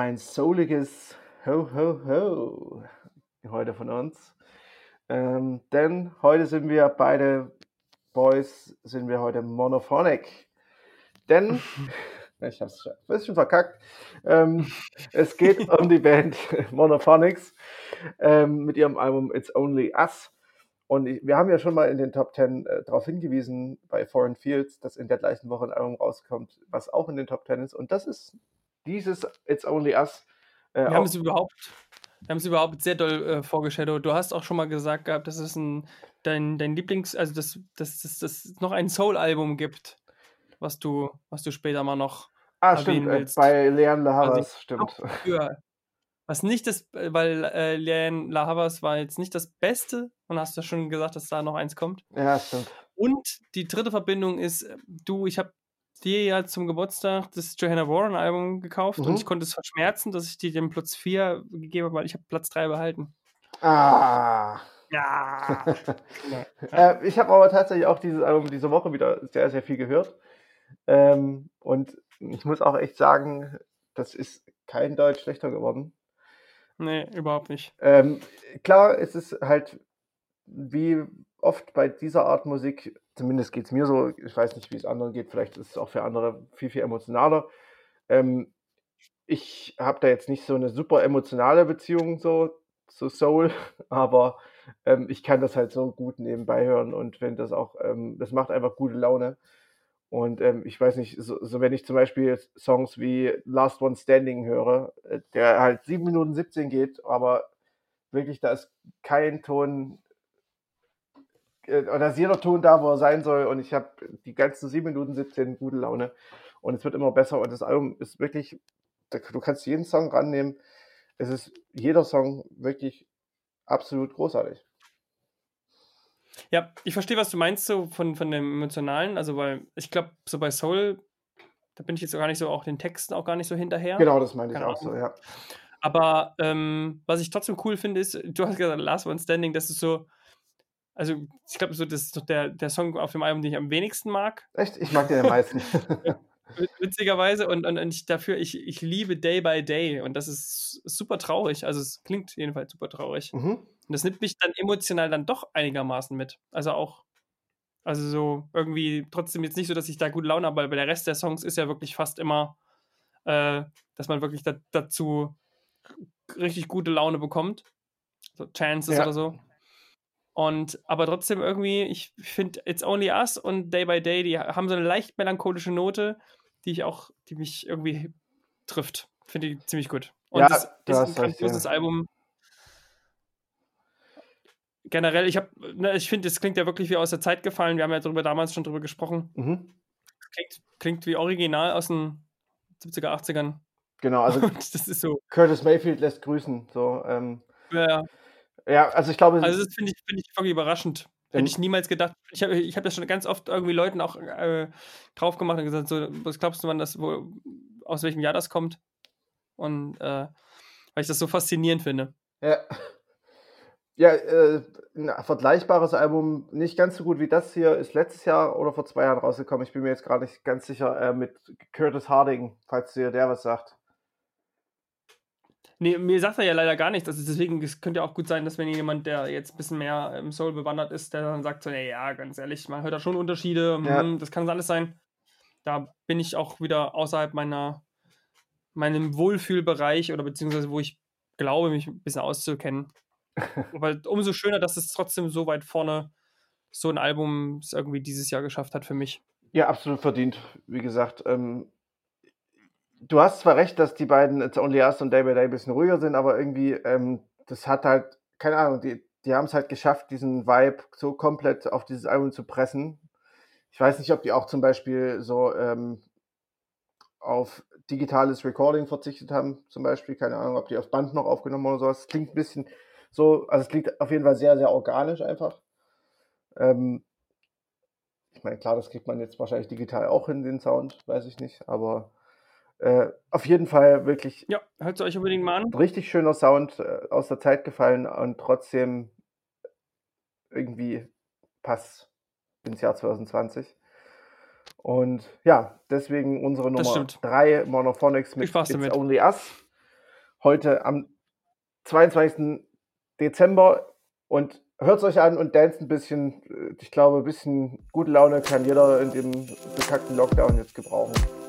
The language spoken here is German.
ein souliges Ho, ho, ho heute von uns. Denn heute sind wir beide Boys, sind wir heute monophonic. Denn, ich hab's schon ein bisschen verkackt, es geht um die Band Monophonics mit ihrem Album It's Only Us. Und wir haben ja schon mal in den Top 10 darauf hingewiesen bei Foreign Fields, dass in der gleichen Woche ein Album rauskommt, was auch in den Top 10 ist. Und das ist dieses It's Only Us. Wir haben es überhaupt sehr doll vorgestellt. Du hast auch schon mal gesagt gehabt, dass es dein Lieblings-, also dass es noch ein Soul-Album gibt, was du später mal noch erwähnen willst. Bei Lianne La Havas, stimmt. Was nicht das, weil Lianne La Havas war jetzt nicht das Beste und hast ja schon gesagt, dass da noch eins kommt. Ja, stimmt. Und die dritte Verbindung ist, ich habe dir ja zum Geburtstag das Johanna Warren Album gekauft und ich konnte es verschmerzen, dass ich dir den Platz 4 gegeben habe, weil ich habe Platz 3 behalten. Ja. Ich habe aber tatsächlich auch dieses Album diese Woche wieder sehr, sehr viel gehört. Und ich muss auch echt sagen, das ist kein Deutsch schlechter geworden. Nee, überhaupt nicht. Klar, es ist halt wie oft bei dieser Art Musik, zumindest geht es mir so, ich weiß nicht, wie es anderen geht, vielleicht ist es auch für andere viel, viel emotionaler. Ich habe da jetzt nicht so eine super emotionale Beziehung so zu Soul, aber ich kann das halt so gut nebenbei hören und finde das auch, das macht einfach gute Laune. Und ich weiß nicht, so wenn ich zum Beispiel Songs wie Last One Standing höre, der halt 7 Minuten 17 geht, aber wirklich, da ist kein Ton oder ist jeder Ton da, wo er sein soll, und ich habe die ganzen 7 Minuten 17 gute Laune und es wird immer besser und das Album ist wirklich, du kannst jeden Song rannehmen, es ist jeder Song wirklich absolut großartig. Ja, ich verstehe, was du meinst, so von dem Emotionalen, also weil ich glaube, so bei Soul, da bin ich jetzt gar nicht so, auch den Texten auch gar nicht so hinterher. Genau, das meine ich auch so, ja. Aber was ich trotzdem cool finde, ist, du hast gesagt, Last One Standing, das ist so, also ich glaube, so, das ist doch der Song auf dem Album, den ich am wenigsten mag. Echt? Ich mag den am meisten. Witzigerweise und ich liebe Day by Day und das ist super traurig, also es klingt jedenfalls super traurig. Und das nimmt mich dann emotional dann doch einigermaßen mit. Also so irgendwie trotzdem jetzt nicht so, dass ich da gute Laune habe, weil der Rest der Songs ist ja wirklich fast immer, dass man wirklich dazu richtig gute Laune bekommt. So Chances oder so. Aber trotzdem irgendwie, ich finde It's Only Us und Day by Day, die haben so eine leicht melancholische Note, die mich irgendwie trifft. Finde ich ziemlich gut. Und das ist ein grandioses Album. Generell, ich finde, es klingt ja wirklich wie aus der Zeit gefallen. Wir haben ja damals schon drüber gesprochen. Klingt wie original aus den 70er, 80ern. Genau, also das ist so. Curtis Mayfield lässt grüßen. So, ja, also ich glaube... Also das finde ich wirklich überraschend. Hätte ich niemals gedacht. Ich hab das schon ganz oft irgendwie Leuten auch drauf gemacht und gesagt, so, was glaubst du, aus welchem Jahr das kommt? Und weil ich das so faszinierend finde. Ja, ein vergleichbares Album, nicht ganz so gut wie das hier, ist letztes Jahr oder vor 2 Jahren rausgekommen. Ich bin mir jetzt gerade nicht ganz sicher, mit Curtis Harding, falls dir der was sagt. Nee, mir sagt er ja leider gar nichts. Also deswegen, es könnte ja auch gut sein, dass wenn jemand, der jetzt ein bisschen mehr im Soul bewandert ist, der dann sagt so, ja, ganz ehrlich, man hört da schon Unterschiede, das kann alles sein. Da bin ich auch wieder außerhalb meinem Wohlfühlbereich oder beziehungsweise wo ich glaube, mich ein bisschen auszukennen. Aber umso schöner, dass es trotzdem so weit vorne so ein Album es irgendwie dieses Jahr geschafft hat für mich. Ja, absolut verdient. Wie gesagt, du hast zwar recht, dass die beiden It's Only Us und Day by Day ein bisschen ruhiger sind, aber irgendwie, das hat halt, keine Ahnung, die haben es halt geschafft, diesen Vibe so komplett auf dieses Album zu pressen. Ich weiß nicht, ob die auch zum Beispiel so auf digitales Recording verzichtet haben, zum Beispiel. Keine Ahnung, ob die auf Band noch aufgenommen haben oder sowas. Es klingt ein bisschen so, also es klingt auf jeden Fall sehr, sehr organisch einfach. Ich meine, klar, das kriegt man jetzt wahrscheinlich digital auch hin, den Sound, weiß ich nicht, aber auf jeden Fall wirklich... Ja, hört es euch unbedingt mal an. Richtig schöner Sound, aus der Zeit gefallen und trotzdem irgendwie passt ins Jahr 2020. Und ja, deswegen unsere Nummer 3, Monophonics mit It's Only Us. heute am 22. Dezember und hört es euch an und danst ein bisschen. Ich glaube, ein bisschen gute Laune kann jeder in dem bekackten Lockdown jetzt gebrauchen.